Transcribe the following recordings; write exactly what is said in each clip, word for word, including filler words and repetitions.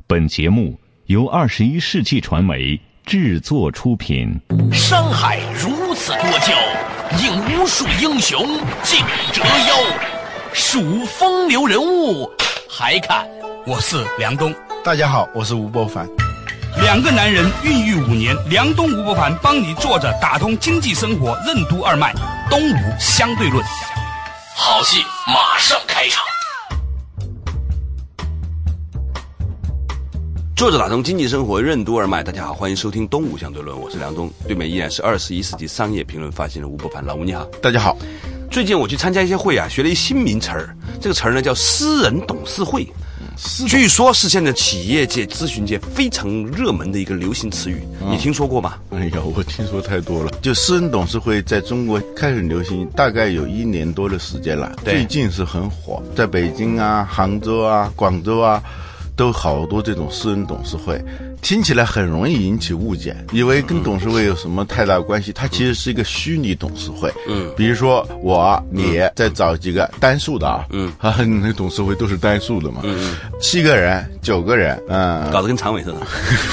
本节目由二十一世纪传媒制作出品。 山海如此多娇，引无数英雄竞折腰。数风流人物，还看我是梁东。 大家好，我是吴伯凡。 两个男人孕育五年，梁东吴伯凡帮你坐着打通经济生活任督二脉，东吴相对论。 好戏马上开场。 作者打通经济生活任督二脉，大家好，欢迎收听东吴相对论，我是梁东，对面依然是二十一世纪商业评论发行人吴伯凡。老吴你好。 大家好。 最近我去参加一些会啊，学了一新名词儿，这个词儿呢叫私人董事会。据说是现在企业界、咨询界非常热门的一个流行词语，嗯、你听说过吗？ 哎呀，我听说太多了。就私人董事会在中国开始流行，大概有一年多的时间了。最近是很火，在北京啊、杭州啊、广州啊，都好多这种私人董事会。听起来很容易引起误解，以为跟董事会有什么太大关系，它其实是一个虚拟董事会。嗯，比如说我、你再找几个单数的啊，嗯，啊，那董事会都是单数的嘛，嗯，七个人、九个人，嗯， 搞得跟常委似的。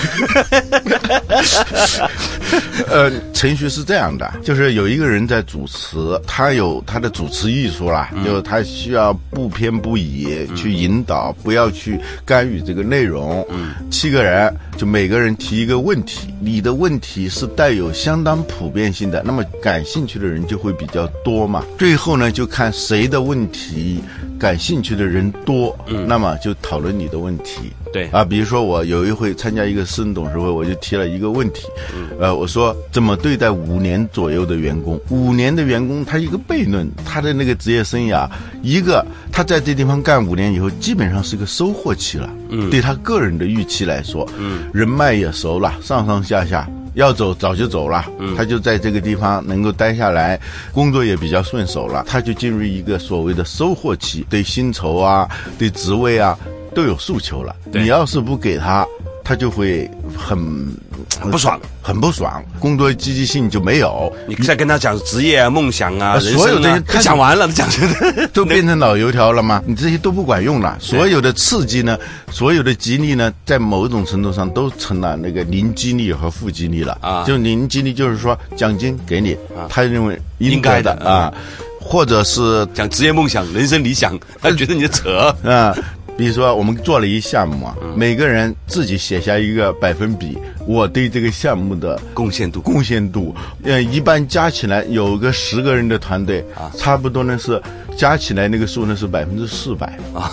呃，程序是这样的，就是有一个人在主持，他有他的主持艺术啦，嗯、就他需要不偏不倚去引导，不要去干预这个内容。嗯，七个人。就每个人提一个问题，你的问题是带有相当普遍性的，那么感兴趣的人就会比较多嘛。最后呢，就看谁的问题感兴趣的人多，嗯，那么就讨论你的问题。 对啊，比如说我有一回参加一个私人董事会，我就提了一个问题，嗯、呃，我说怎么对待五年左右的员工？五年的员工，他一个悖论，他的那个职业生涯，一个他在这地方干五年以后，基本上是个收获期了，嗯，对他个人的预期来说，嗯，人脉也熟了，上上下下。要走早就走了，嗯，他就在这个地方能够待下来，工作也比较顺手了，他就进入一个所谓的收获期，对薪酬啊，对职位啊都有诉求了。你要是不给他，他就会很很不爽， 很不爽，工作积极性就没有。 你再跟他讲职业啊、梦想啊、人生啊， 所有这些他讲完了，讲都变成老油条了吗？你这些都不管用了。所有的刺激呢，所有的激励呢，在某种程度上都成了那个零激励和负激励了啊。就零激励就是说奖金给你，啊、他认为应该的啊，或者是讲职业梦想、人生理想，他觉得你扯啊。比如说我们做了一项目啊，嗯、每个人自己写下一个百分比，我对这个项目的贡献度， 贡献度，呃，一般加起来有个十个人的团队啊，差不多呢是加起来那个数呢是百分之四百啊，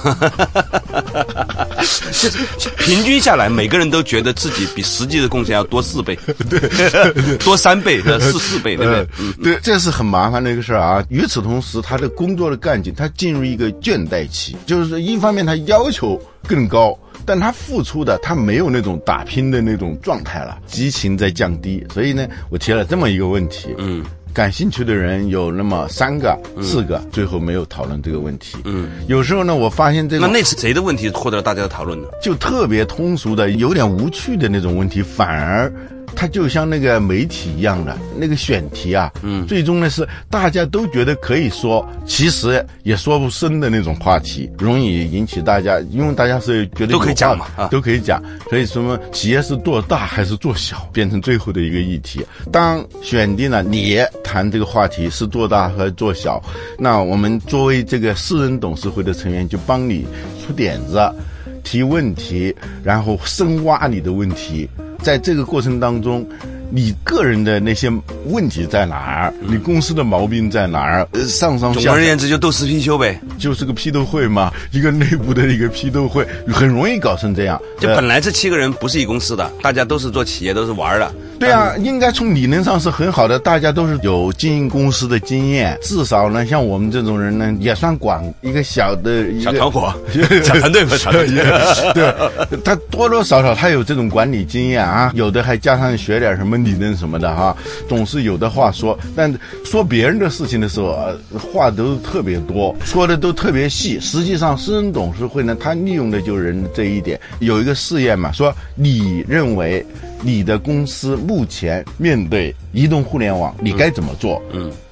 平均下来每个人都觉得自己比实际的贡献要多四倍，对，多三倍，四四倍，对不对？ 嗯、对，这是很麻烦的一个事儿啊。与此同时，他的工作的干劲，他进入一个倦怠期，就是一方面他要求更高，但他付出的他没有那种打拼的那种状态了，激情在降低。所以呢，我提了这么一个问题，嗯，感兴趣的人有那么三个、嗯、四个，最后没有讨论这个问题。嗯，有时候呢，我发现这个那那是谁的问题获得了大家的讨论呢？ 就特别通俗的、有点无趣的那种问题，反而。它就像那个媒体一样的那个选题啊，嗯，最终呢是大家都觉得可以说，其实也说不深的那种话题，容易引起大家，因为大家是觉得都可以讲嘛，啊， 都可以讲，所以什么企业是做大还是做小，变成最后的一个议题。当选定了你谈这个话题是做大和做小，那我们作为这个私人董事会的成员，就帮你出点子、提问题，然后深挖你的问题。在这个过程当中，你个人的那些问题在哪儿？你公司的毛病在哪儿？呃，上上下下， 总而言之就斗私批修呗， 就是个批斗会嘛，一个内部的一个批斗会，很容易搞成这样。 就本来这七个人不是一公司的，大家都是做企业，都是玩的。 对啊，应该从理论上是很好的，大家都是有经营公司的经验，至少呢，像我们这种人呢，也算管一个小的一个小团伙、小团队吧，小团队。 对，他多多少少他有这种管理经验啊，有的还加上学点什么理论什么的哈、啊，总是有的话说。但说别人的事情的时候，话都特别多，说的都特别细。实际上，私人董事会呢，他利用的就是人这一点。有一个试验嘛，说你认为你的公司目前面对移动互联网，你该怎么做？嗯，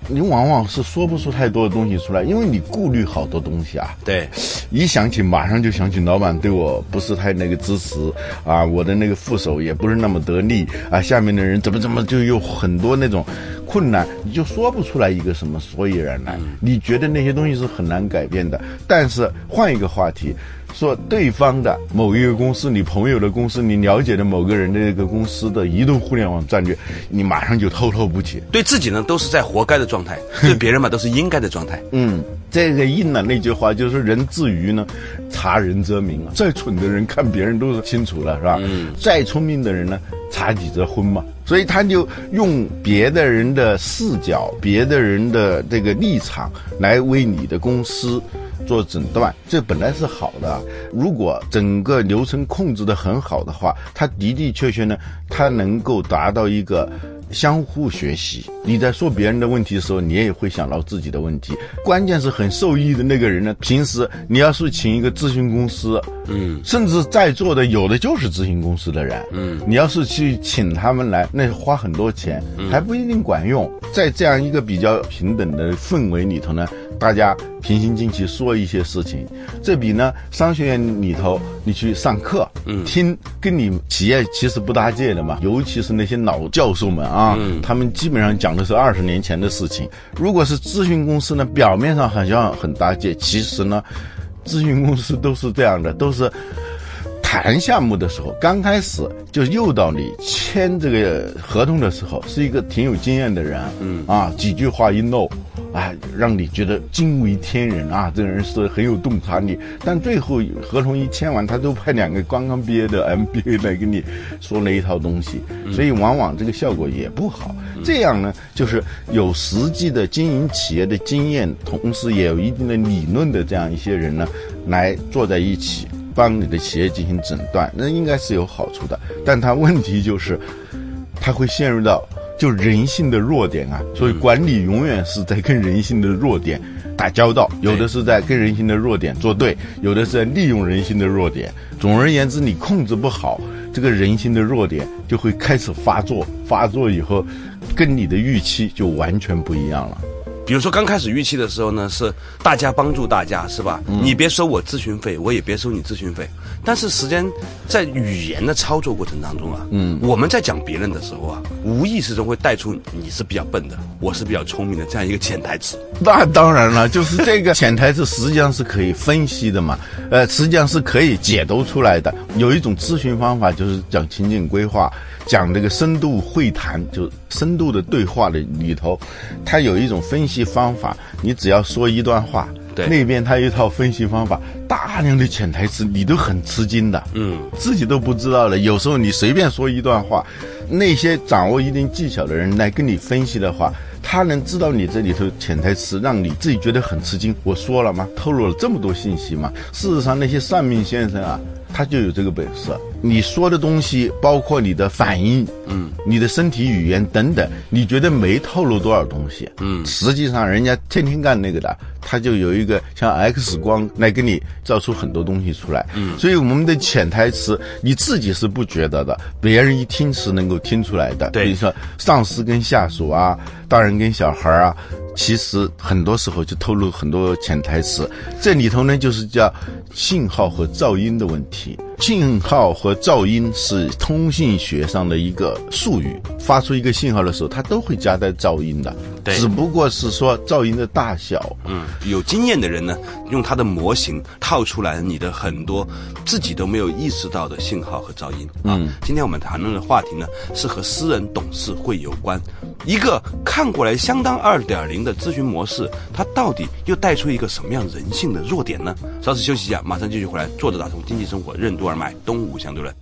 你往往是说不出太多的东西出来，因为你顾虑好多东西啊。 对， 一想起马上就想起老板对我不是太那个支持啊，我的那个副手也不是那么得力啊，下面的人怎么怎么就有很多那种困难，你就说不出来一个什么所以然来。你觉得那些东西是很难改变的，但是换一个话题，说对方的某一个公司，你朋友的公司，你了解的某个人的这个公司的移动互联网战略，你马上就滔滔不绝。 对自己呢都是在活该的状态，对别人嘛都是应该的状态。 嗯，这个应了那句话，就是人至于呢，察人则明啊。再蠢的人看别人都是清楚了，是吧？嗯。再聪明的人呢，察己则昏嘛。所以他就用别的人的视角、别的人的这个立场来为你的公司做诊断，这本来是好的。如果整个流程控制得很好的话，它的的确确呢，它能够达到一个相互学习。你在说别人的问题的时候，你也会想到自己的问题。关键是很受益的那个人呢，平时你要是请一个咨询公司，嗯，甚至在座的有的就是咨询公司的人，嗯，你要是去请他们来，那花很多钱，还不一定管用。在这样一个比较平等的氛围里头呢，大家平心静气说一些事情，这比呢商学院里头你去上课，嗯，听跟你企业其实不搭界的嘛，尤其是那些老教授们啊，嗯，他们基本上讲的是二十年前的事情。如果是咨询公司呢，表面上好像很搭界，其实呢，咨询公司都是这样的，都是谈项目的时候，刚开始就诱导你签这个合同的时候，是一个挺有经验的人，嗯啊，几句话一漏，啊，让你觉得惊为天人啊，这个人是很有洞察力。但最后合同一签完，他都派两个刚刚毕业的 M B A 来跟你说那一套东西，所以往往这个效果也不好。这样呢，就是有实际的经营企业的经验，同时也有一定的理论的这样一些人呢，来坐在一起帮你的企业进行诊断，那应该是有好处的。但它问题就是，它会陷入到就人性的弱点啊。所以管理永远是在跟人性的弱点打交道，有的是在跟人性的弱点作对，有的是在利用人性的弱点。总而言之，你控制不好这个人性的弱点，就会开始发作，发作以后，跟你的预期就完全不一样了。 比如说刚开始预期的时候呢，是大家帮助大家，是吧？嗯、你别收我咨询费，我也别收你咨询费。但是时间在语言的操作过程当中啊，嗯，我们在讲别人的时候啊，无意识中会带出你是比较笨的，我是比较聪明的这样一个潜台词。 那当然了，就是这个潜台词实际上是可以分析的嘛，呃，实际上是可以解读出来的。有一种咨询方法就是讲情景规划，讲这个深度会谈，就深度的对话的里头，它有一种分析方法，你只要说一段话，对，那边它有一套分析方法，大量的潜台词你都很吃惊的，嗯，自己都不知道了。有时候你随便说一段话，那些掌握一定技巧的人来跟你分析的话，他能知道你这里头潜台词，让你自己觉得很吃惊。我说了吗？透露了这么多信息吗？事实上，那些算命先生啊，他就有这个本事。你说的东西，包括你的反应，嗯，你的身体语言等等，你觉得没透露多少东西，嗯，实际上人家天天干那个的，他就有一个像 X 光来给你照出很多东西出来，嗯，所以我们的潜台词你自己是不觉得的，别人一听是能够听出来的。对，比如说上司跟下属啊，大人跟小孩啊，其实很多时候就透露很多潜台词。这里头呢，就是叫信号和噪音的问题。信号和噪音是通信学上的一个术语，发出一个信号的时候，它都会夹带噪音的，对，只不过是说噪音的大小。 嗯，有经验的人呢，用他的模型套出来你的很多自己都没有意识到的信号和噪音。嗯，啊，今天我们谈论的话题呢，是和私人董事会有关。一个看过来相当 二点零 的咨询模式，它到底又带出一个什么样人性的弱点呢？稍事休息一下，马上继续回来。坐着打通经济生活，任督二脉，东吴相对论。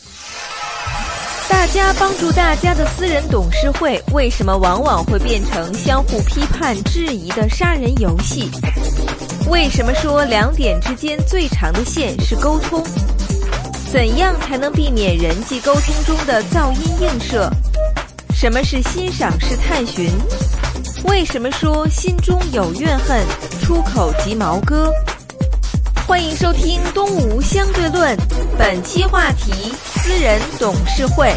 大家帮助大家的私人董事会，为什么往往会变成相互批判质疑的杀人游戏？为什么说两点之间最长的线是沟通？怎样才能避免人际沟通中的噪音映射？什么是欣赏式探寻？为什么说心中有怨恨，出口即毛戈？欢迎收听东吴相对论，本期话题：私人董事会。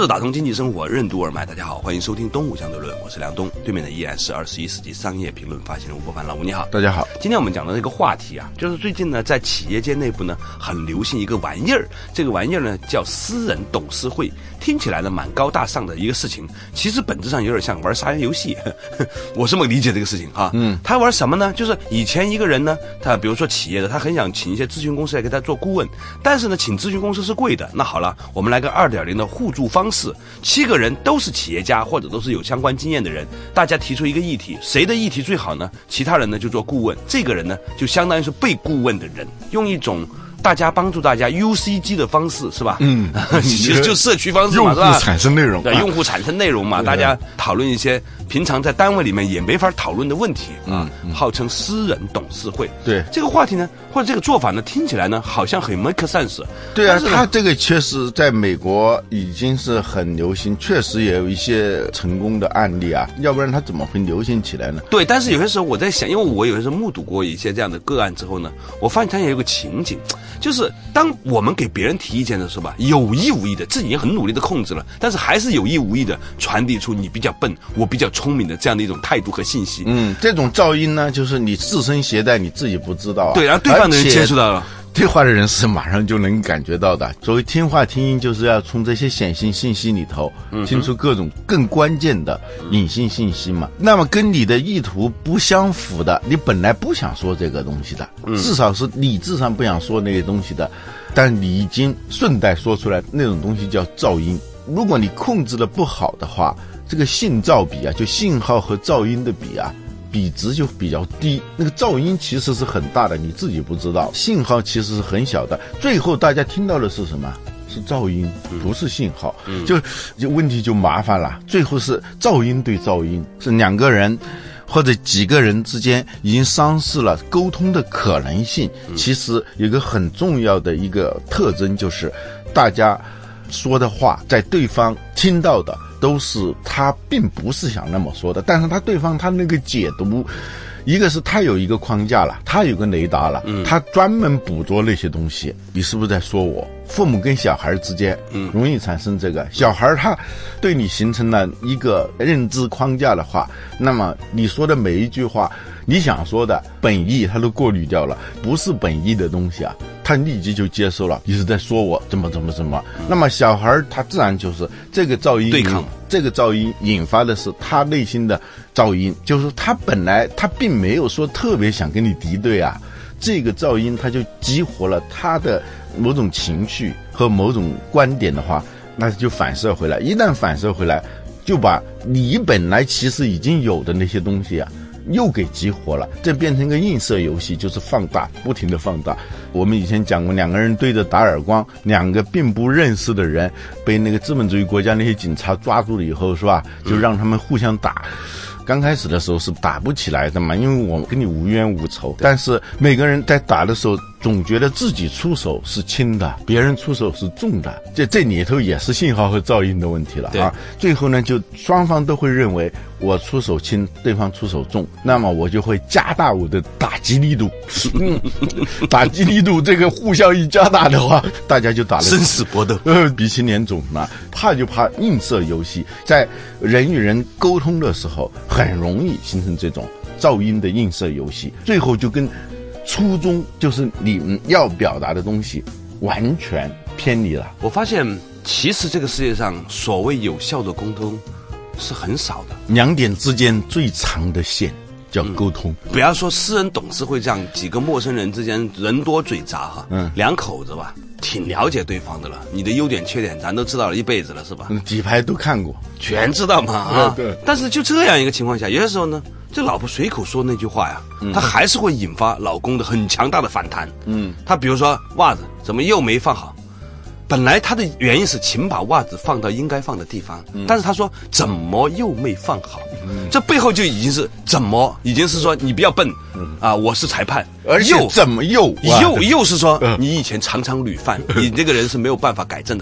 着打通经济生活，任督二脉。大家好，欢迎收听东吴相对论，我是梁东，对面的依然是二十一世纪商业评论发行人吴伯凡。老吴你好。 大家好。 今天我们讲的这个话题啊，就是最近呢，在企业界内部呢，很流行一个玩意儿，这个玩意儿呢叫私人董事会。听起来呢蛮高大上的一个事情，其实本质上有点像玩杀人游戏，我这么理解这个事情哈。嗯，他玩什么呢？就是以前一个人呢，他比如说企业的，他很想请一些咨询公司来给他做顾问，但是呢，请咨询公司是贵的。那好了，我们来个 二点零 的互助方式，七个人都是企业家或者都是有相关经验的人，大家提出一个议题，谁的议题最好呢？其他人呢就做顾问，这个人呢就相当于是被顾问的人，用一种大家帮助大家 U C G 的方式是吧？嗯，其实就社区方式嘛，是吧？ 用户产生内容， 对，用户产生内容嘛，大家讨论一些平常在单位里面也没法讨论的问题啊，嗯、号称私人董事会。 对这个话题呢，或者这个做法呢，听起来呢好像很 make sense。 对啊，他这个确实在美国已经是很流行，确实也有一些成功的案例啊，要不然他怎么会流行起来呢？ 对，但是有些时候我在想，因为我有些时候目睹过一些这样的个案之后呢，我发现它也有个情景。就是当我们给别人提意见的时候吧，有意无意的，自己也很努力的控制了，但是还是有意无意的传递出你比较笨，我比较聪明的这样的一种态度和信息。 嗯，这种噪音呢，就是你自身携带，你自己不知道啊。 对，然后对方的人接触到了。 对话的人是马上就能感觉到的。所谓听话听音，就是要从这些显性信息里头听出各种更关键的隐性信息嘛。那么跟你的意图不相符的，你本来不想说这个东西的，至少是理智上不想说那些东西的，但你已经顺带说出来，那种东西叫噪音。如果你控制的不好的话，这个信噪比啊，就信号和噪音的比啊，比值就比较低，那个噪音其实是很大的，你自己不知道，信号其实是很小的，最后大家听到的是什么？是噪音，不是信号。嗯、就就问题就麻烦了，最后是噪音对噪音，是两个人或者几个人之间已经丧失了沟通的可能性。其实有一个很重要的一个特征，就是大家说的话在对方听到的都是他并不是想那么说的，但是他对方他那个解读，一个是他有一个框架了，他有个雷达了，嗯、他专门捕捉那些东西。你是不是在说我？父母跟小孩之间容易产生这个，嗯、小孩他对你形成了一个认知框架的话，那么你说的每一句话，你想说的本意他都过滤掉了，不是本意的东西啊，他立即就接受了，你是在说我怎么怎么怎么。嗯、那么小孩他自然就是这个噪音对抗， 这个噪音引发的是他内心的噪音，就是他本来他并没有说特别想跟你敌对啊，这个噪音他就激活了他的某种情绪和某种观点的话，那就反射回来，一旦反射回来，就把你本来其实已经有的那些东西啊又给激活了，这变成一个映射游戏，就是放大，不停的放大。我们以前讲过，两个人对着打耳光，两个并不认识的人被那个资本主义国家那些警察抓住了以后，是吧？就让他们互相打。刚开始的时候是打不起来的嘛，因为我跟你无冤无仇，但是每个人在打的时候总觉得自己出手是轻的，别人出手是重的，这这里头也是信号和噪音的问题了啊。最后呢，就双方都会认为我出手轻，对方出手重，那么我就会加大我的打击力度。嗯，打击力度这个互相一加大的话，大家就打了生死搏斗， 呃，鼻青脸肿嘛。怕就怕映射游戏，在人与人沟通的时候，很容易形成这种噪音的映射游戏，最后就跟初衷就是你们要表达的东西完全偏离了。 我发现其实这个世界上所谓有效的沟通是很少的， 两点之间最长的线叫沟通。 嗯、不要说私人董事会这样几个陌生人之间人多嘴杂哈，嗯，两口子吧挺了解对方的了，你的优点缺点咱都知道了一辈子了是吧？ 嗯，几排都看过， 全知道嘛啊。对。但是就这样一个情况下，有些时候呢，这老婆随口说那句话呀，嗯、她还是会引发老公的很强大的反弹。嗯，他比如说袜子怎么又没放好，本来他的原因是请把袜子放到应该放的地方，嗯、但是他说怎么又没放好，嗯、这背后就已经是怎么，已经是说你不要笨，嗯、啊，我是裁判， 而且怎么又又又是说、嗯、你以前常常屡犯，你这个人是没有办法改正的了。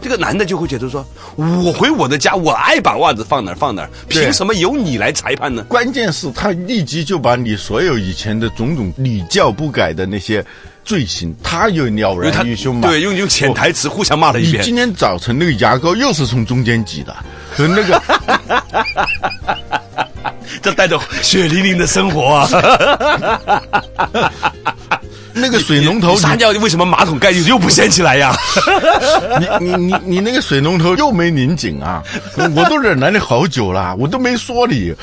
这个男的就会觉得说，我回我的家，我爱把袜子放哪儿放哪儿，凭什么由你来裁判呢？ 关键是他立即就把你所有以前的种种屡教不改的那些罪行，他又了然于胸嘛。 对，用用潜台词互相骂了一遍。 你今天早晨那个牙膏又是从中间挤的，和那个。 这带着血淋淋的生活啊！ 那个水龙头， 撒尿为什么马桶盖又不掀起来呀？ 你你你你那个水龙头又没拧紧啊！我都忍耐了好久了，我都没说你。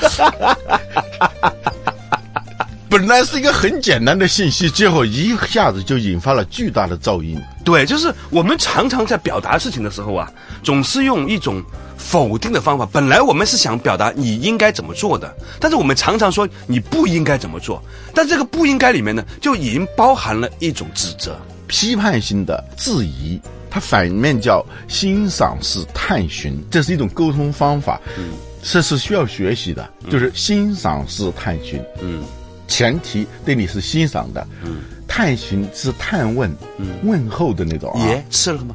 本来是一个很简单的信息，结果一下子就引发了巨大的噪音。 对，就是我们常常在表达事情的时候啊，总是用一种否定的方法。本来我们是想表达你应该怎么做的，但是我们常常说你不应该怎么做。但这个不应该里面呢，就已经包含了一种指责、 批判性的质疑。它反面叫欣赏式探寻，这是一种沟通方法。嗯，这是需要学习的，就是欣赏式探寻。嗯。前提对你是欣赏的，嗯，探寻是探问，嗯，问候的那种。 爷、啊、吃了吗？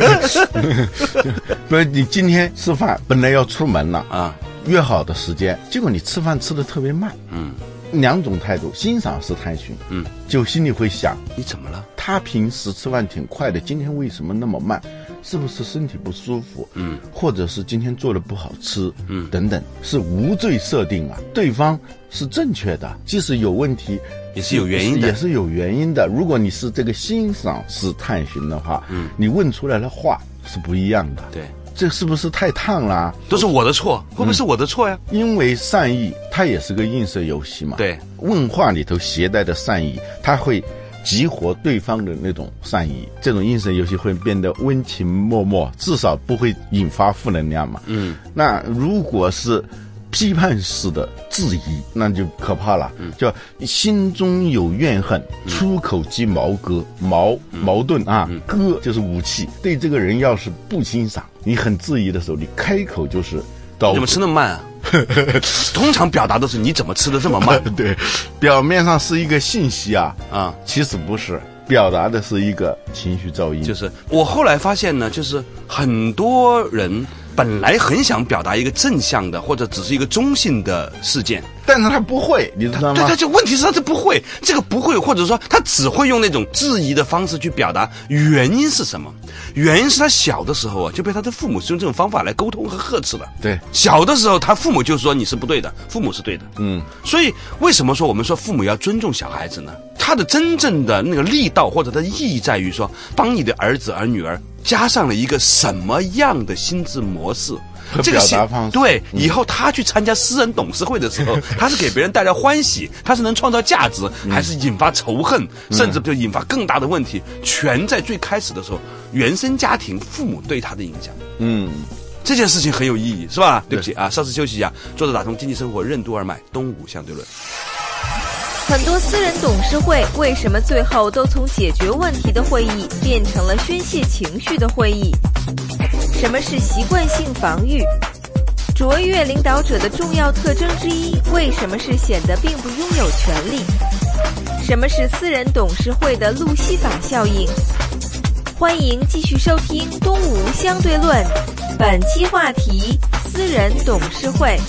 不是，你今天吃饭本来要出门了啊，约好的时间，结果你吃饭吃得特别慢，嗯，两种态度，欣赏是探寻，嗯，就心里会想， 你怎么了？ 他平时吃饭挺快的，今天为什么那么慢？是不是身体不舒服？嗯，或者是今天做的不好吃？嗯，等等，是无罪设定啊，对方是正确的，即使有问题， 也是有原因的， 也是有原因的。如果你是这个欣赏式探寻的话，嗯，你问出来的话是不一样的。 对， 这是不是太烫了、啊？ 都是我的错，会不会是我的错呀？ 因为善意，它也是个映射游戏嘛。 对， 问话里头携带的善意，它会激活对方的那种善意，这种映射游戏会变得温情脉脉，至少不会引发负能量嘛。嗯，那如果是批判式的质疑，那就可怕了。嗯，叫心中有怨恨，出口即矛盾，矛矛盾啊，戈就是武器。对这个人要是不欣赏，你很质疑的时候，你开口就是刀。 你怎么吃那么慢啊？通常表达都是你怎么吃的这么慢？ 对，表面上是一个信息啊啊，其实不是，表达的是一个情绪噪音。 就是我后来发现呢，就是很多人本来很想表达一个正向的，或者只是一个中性的事件， 但是他不会，你知道吗？ 对，他就问题是他这不会，这个不会，或者说他只会用那种质疑的方式去表达。原因是什么？原因是他小的时候啊，就被他的父母是用这种方法来沟通和呵斥的。 对， 小的时候他父母就说你是不对的，父母是对的。嗯，所以为什么说我们说父母要尊重小孩子呢？他的真正的那个力道或者他的意义在于说，帮你的儿子儿女儿加上了一个什么样的心智模式。 这个表达方式对，以后他去参加私人董事会的时候，他是给别人带来欢喜，他是能创造价值，还是引发仇恨，甚至就引发更大的问题，全在最开始的时候，原生家庭父母对他的影响。嗯，这件事情很有意义，是吧？对不起啊，稍事休息一下。作者打通经济生活任督二脉，东吴相对论。 很多私人董事会为什么最后都从解决问题的会议变成了宣泄情绪的会议？什么是习惯性防御？卓越领导者的重要特征之一，为什么是显得并不拥有权利？什么是私人董事会的路西法效应？欢迎继续收听《东吴相对论》，本期话题：私人董事会。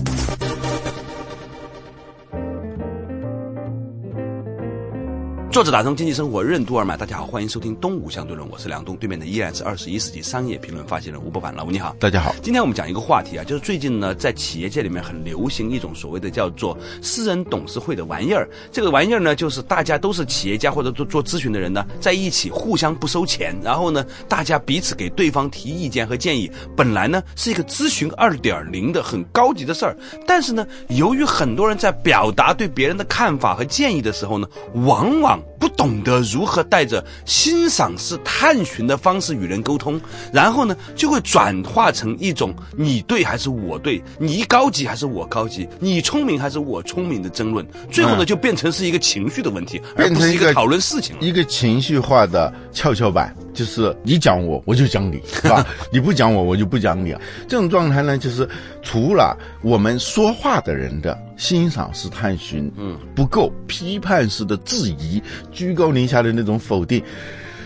作者打通经济生活任督二脉，大家好，欢迎收听东吴相对论，我是梁东，对面的依然是二十一世纪商业评论发行人吴伯凡。老吴你好。 大家好。 今天我们讲一个话题啊，就是最近呢在企业界里面很流行一种所谓的叫做私人董事会的玩意儿。这个玩意儿呢，就是大家都是企业家或者做做咨询的人呢，在一起互相不收钱，然后呢大家彼此给对方提意见和建议。本来呢是一个咨询 二点零 的很高级的事儿，但是呢由于很多人在表达对别人的看法和建议的时候呢，往往不懂得如何带着欣赏式探寻的方式与人沟通，然后呢就会转化成一种你对还是我对，你高级还是我高级，你聪明还是我聪明的争论，最后呢就变成是一个情绪的问题，而不是一个讨论事情了， 一个情绪化的跷跷板，就是你讲我我就讲你，是吧？你不讲我我就不讲你啊。这种状态呢，就是除了我们说话的人的欣赏式探寻，嗯，不够批判式的质疑，居高临下的那种否定，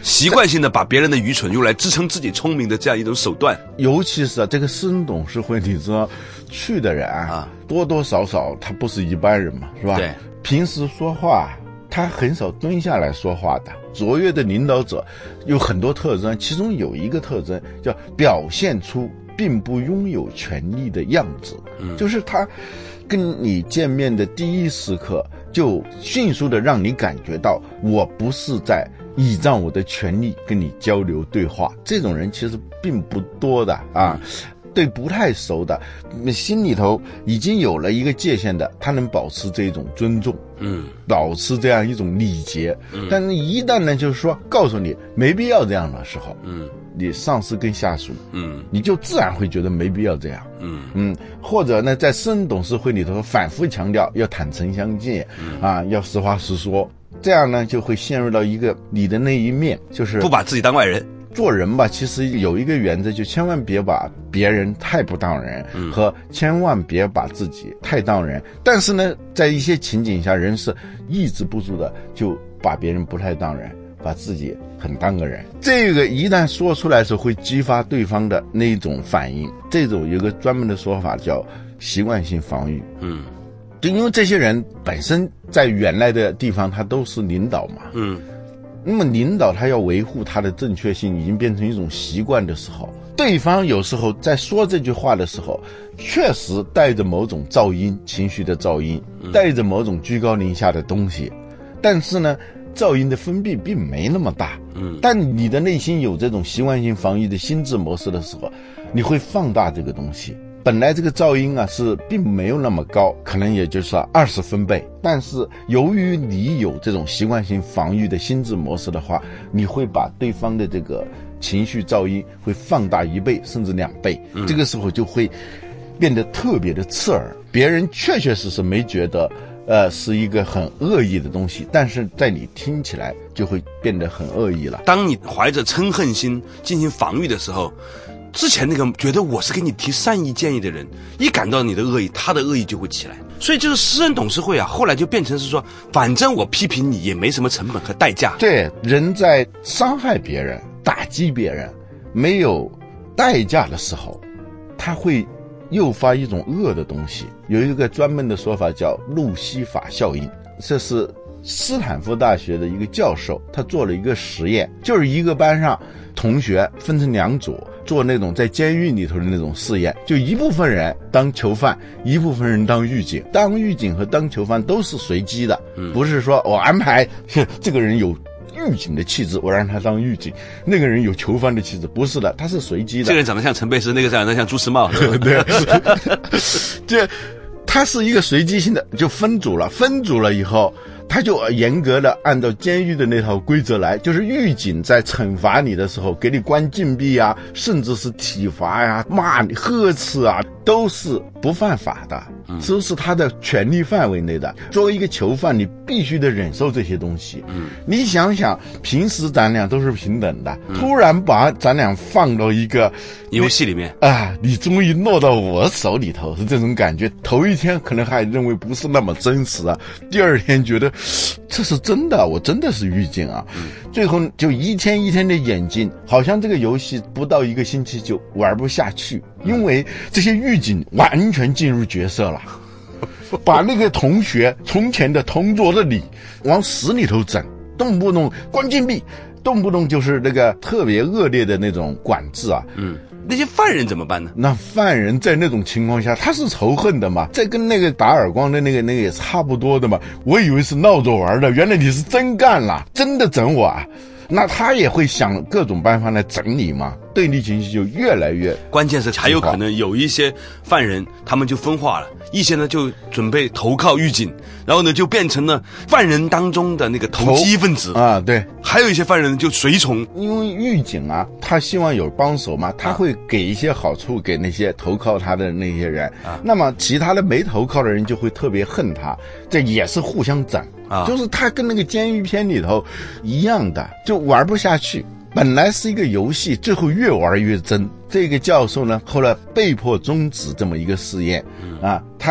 习惯性的把别人的愚蠢用来支撑自己聪明的这样一种手段。 尤其是啊，这个私人董事会，你知道去的人啊，多多少少他不是一般人嘛，是吧？ 对， 平时说话他很少蹲下来说话的。卓越的领导者有很多特征，其中有一个特征叫表现出并不拥有权力的样子，嗯，就是他跟你见面的第一时刻就迅速的让你感觉到我不是在倚仗我的权力跟你交流对话，这种人其实并不多的啊。对不太熟的，心里头已经有了一个界限的，他能保持这种尊重，嗯，保持这样一种礼节。嗯，但是一旦呢，就是说告诉你没必要这样的时候，嗯，你上司跟下属，嗯，你就自然会觉得没必要这样，嗯嗯，或者呢，在私人董事会里头反复强调要坦诚相见，嗯、啊，要实话实说，这样呢就会陷入到一个你的那一面，就是不把自己当外人。 做人吧，其实有一个原则，就千万别把别人太不当人，嗯、和千万别把自己太当人。但是呢，在一些情景下，人是抑制不住的，就把别人不太当人，把自己很当个人。这个一旦说出来的时候，会激发对方的那种反应。这种有个专门的说法叫习惯性防御。嗯，就因为这些人本身在原来的地方，他都是领导嘛。嗯。那么领导他要维护他的正确性，已经变成一种习惯的时候，对方有时候在说这句话的时候，确实带着某种噪音，情绪的噪音，带着某种居高临下的东西，但是呢，噪音的分泌并没那么大。嗯，但你的内心有这种习惯性防御的心智模式的时候，你会放大这个东西。本来这个噪音啊是并没有那么高，可能也就是二十分贝，但是由于你有这种习惯性防御的心智模式的话，你会把对方的这个情绪噪音会放大一倍甚至两倍，嗯、这个时候就会变得特别的刺耳。别人确确实实没觉得呃是一个很恶意的东西，但是在你听起来就会变得很恶意了。 当你怀着嗔恨心进行防御的时候，之前那个觉得我是给你提善意建议的人，一感到你的恶意，他的恶意就会起来。所以这个私人董事会啊，后来就变成是说，反正我批评你也没什么成本和代价。 对，人在伤害别人、打击别人没有代价的时候，他会诱发一种恶的东西。有一个专门的说法叫路西法效应，这是斯坦福大学的一个教授，他做了一个实验，就是一个班上同学分成两组，做那种在监狱里头的那种试验，就一部分人当囚犯，一部分人当狱警。当狱警和当囚犯都是随机的，嗯、不是说我安排这个人有狱警的气质，我让他当狱警；那个人有囚犯的气质，不是的，他是随机的。 这个人长得像陈佩斯，那个长得像朱时茂， 对，这他是一个随机性的，就分组了。分组了以后，他就严格的按照监狱的那套规则来，就是狱警在惩罚你的时候，给你关禁闭啊，甚至是体罚呀、啊、骂你、呵斥啊，都是不犯法的，都是他的权力范围内的。作为一个囚犯，你必须得忍受这些东西。嗯，你想想，平时咱俩都是平等的，嗯、突然把咱俩放到一个游戏里面啊，你终于落到我手里头，是这种感觉。头一天可能还认为不是那么真实啊，第二天觉得这是真的，我真的是狱警啊。嗯、最后就一天一天的演进，好像这个游戏不到一个星期就玩不下去，因为这些狱警完全进入角色了。把那个同学从前的同桌的你往死里头整，动不动关禁闭，动不动就是那个特别恶劣的那种管制啊。 嗯，那些犯人怎么办呢？ 那犯人在那种情况下，他是仇恨的嘛，这跟那个打耳光的那个那个也差不多的嘛。我以为是闹着玩的，原来你是真干了，真的整我啊。那他也会想各种办法来整你嘛，对立情绪就越来越。 关键是还有可能有一些犯人，他们就分化了，一些呢就准备投靠狱警，然后呢就变成了犯人当中的那个投机分子啊，对。 还有一些犯人就随从， 因为狱警啊，他希望有帮手嘛，他会给一些好处给那些投靠他的那些人，啊、那么其他的没投靠的人就会特别恨他，这也是互相整。啊，就是他跟那个监狱片里头一样的，就玩不下去。本来是一个游戏，最后越玩越真。这个教授呢，后来被迫终止这么一个试验，嗯、啊，他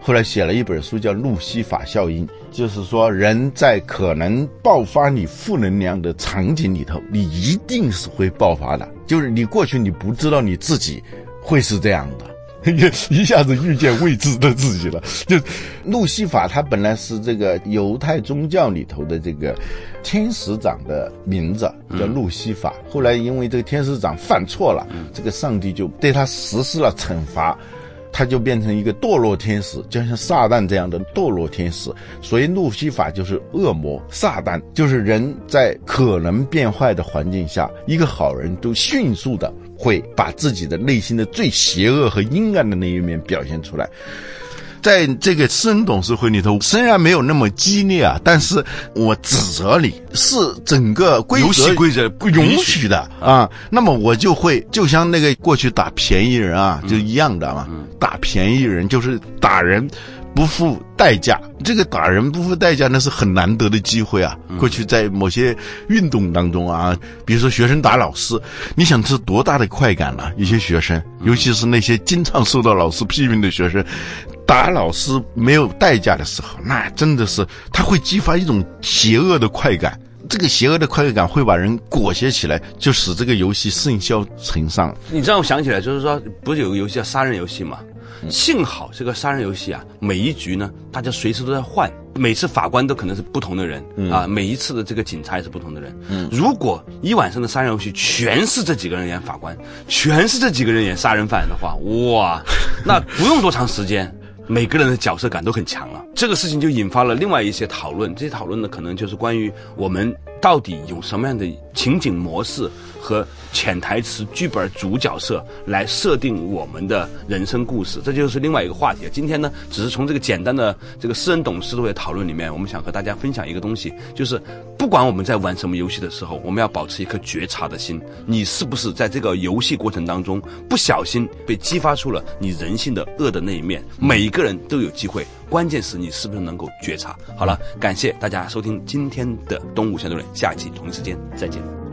后来写了一本书叫《路西法效应》，就是说人在可能爆发你负能量的场景里头，你一定是会爆发的，就是你过去你不知道你自己会是这样的。一下子遇见未知的自己了。就路西法他本来是这个犹太宗教里头的这个天使长的名字，叫路西法。后来因为这个天使长犯错了，这个上帝就对他实施了惩罚，他就变成一个堕落天使，就像撒旦这样的堕落天使。所以路西法就是恶魔，撒旦就是人在可能变坏的环境下，一个好人都迅速的会把自己的内心的最邪恶和阴暗的那一面表现出来。在这个私人董事会里头，虽然没有那么激烈啊，但是我指责你是整个规则游戏规则允许的啊，那么我就会就像那个过去打便宜人啊，就一样的嘛，嗯、打便宜人就是打人不付代价，这个打人不付代价那是很难得的机会啊。过去在某些运动当中啊，比如说学生打老师，你想是多大的快感啊，一些学生，尤其是那些经常受到老师批评的学生，打老师没有代价的时候，那真的是他会激发一种邪恶的快感，这个邪恶的快感会把人裹挟起来，就使这个游戏甚嚣尘上。 你这样想起来，就是说不是有个游戏叫杀人游戏吗？幸好这个杀人游戏啊，每一局呢大家随时都在换，每次法官都可能是不同的人、嗯、啊，每一次的这个警察也是不同的人。嗯，如果一晚上的杀人游戏全是这几个人演法官，全是这几个人演杀人犯的话，哇，那不用多长时间每个人的角色感都很强了。这个事情就引发了另外一些讨论，这些讨论呢可能就是关于我们到底用什么样的情景模式和潜台词剧本主角色来设定我们的人生故事，这就是另外一个话题。今天呢只是从这个简单的这个私人董事会的讨论里面，我们想和大家分享一个东西，就是不管我们在玩什么游戏的时候，我们要保持一颗觉察的心，你是不是在这个游戏过程当中不小心被激发出了你人性的恶的那一面，每一个人都有机会，关键是你是不是能够觉察。好了，感谢大家收听今天的东吴相对论，下一期同一时间再见。